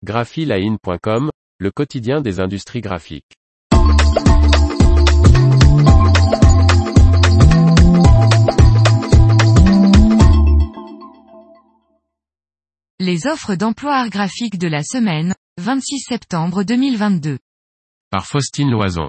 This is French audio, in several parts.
graphiline.com, le quotidien des industries graphiques. Les offres d'emploi art graphique de la semaine, 26 septembre 2022. Par Faustine Loison.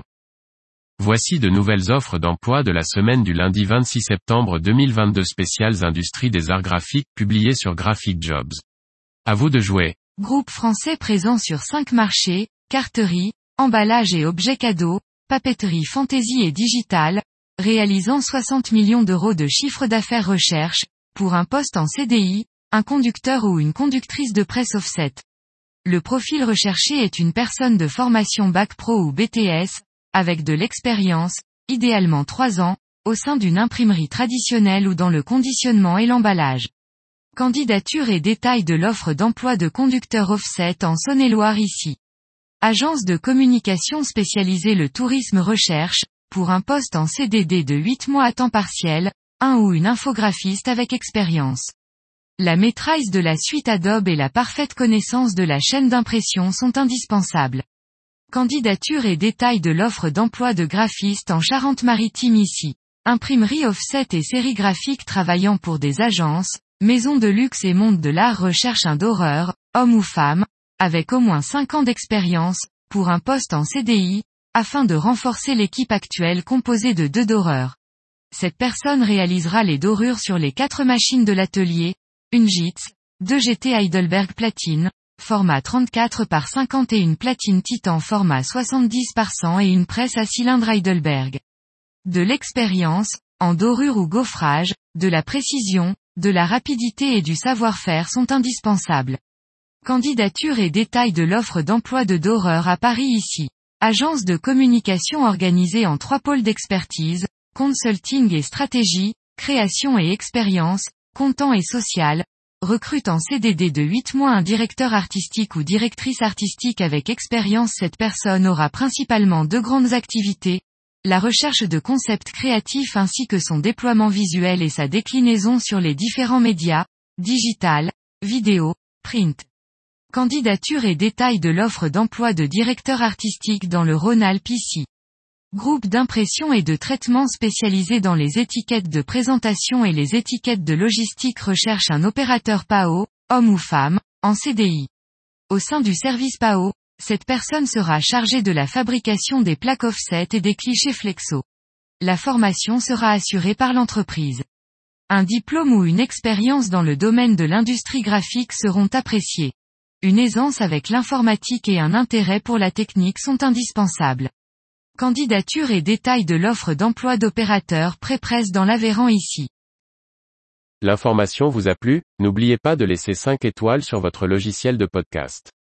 Voici de nouvelles offres d'emploi de la semaine du lundi 26 septembre 2022 spéciales industries des arts graphiques publiées sur Graphic Jobs. À vous de jouer. Groupe français présent sur 5 marchés, carterie, emballage et objets cadeaux, papeterie fantaisie et digitale, réalisant 60 millions d'euros de chiffre d'affaires recherche, pour un poste en CDI, un conducteur ou une conductrice de presse offset. Le profil recherché est une personne de formation Bac Pro ou BTS, avec de l'expérience, idéalement 3 ans, au sein d'une imprimerie traditionnelle ou dans le conditionnement et l'emballage. Candidature et détails de l'offre d'emploi de conducteur offset en Saône-et-Loire ici. Agence de communication spécialisée le tourisme recherche, pour un poste en CDD de 8 mois à temps partiel, un ou une infographiste avec expérience. La maîtrise de la suite Adobe et la parfaite connaissance de la chaîne d'impression sont indispensables. Candidature et détails de l'offre d'emploi de graphiste en Charente-Maritime ici. Imprimerie offset et sérigraphique travaillant pour des agences, maisons de luxe et monde de l'art recherche un doreur, homme ou femme, avec au moins 5 ans d'expérience, pour un poste en CDI, afin de renforcer l'équipe actuelle composée de 2 doreurs. Cette personne réalisera les dorures sur les 4 machines de l'atelier, une JITS, 2 GT Heidelberg platine, format 34 par 50 et une platine Titan format 70 par 100 et une presse à cylindre Heidelberg. De l'expérience, en dorure ou gaufrage, de la précision, de la rapidité et du savoir-faire sont indispensables. Candidature et détails de l'offre d'emploi de doreur à Paris ici. Agence de communication organisée en 3 pôles d'expertise, consulting et stratégie, création et expérience, comptant et social, recrute en CDD de 8 mois un directeur artistique ou directrice artistique avec expérience. Cette personne aura principalement 2 grandes activités, la recherche de concepts créatifs ainsi que son déploiement visuel et sa déclinaison sur les différents médias, digital, vidéo, print. Candidature et détails de l'offre d'emploi de directeur artistique dans le Rhône-Alpes ici. Groupe d'impression et de traitement spécialisé dans les étiquettes de présentation et les étiquettes de logistique recherche un opérateur PAO, homme ou femme, en CDI. Au sein du service PAO, cette personne sera chargée de la fabrication des plaques offset et des clichés flexo. La formation sera assurée par l'entreprise. Un diplôme ou une expérience dans le domaine de l'industrie graphique seront appréciés. Une aisance avec l'informatique et un intérêt pour la technique sont indispensables. Candidature et détails de l'offre d'emploi d'opérateur pré-presse dans l'Aveyran ici. L'information vous a plu? N'oubliez pas de laisser 5 étoiles sur votre logiciel de podcast.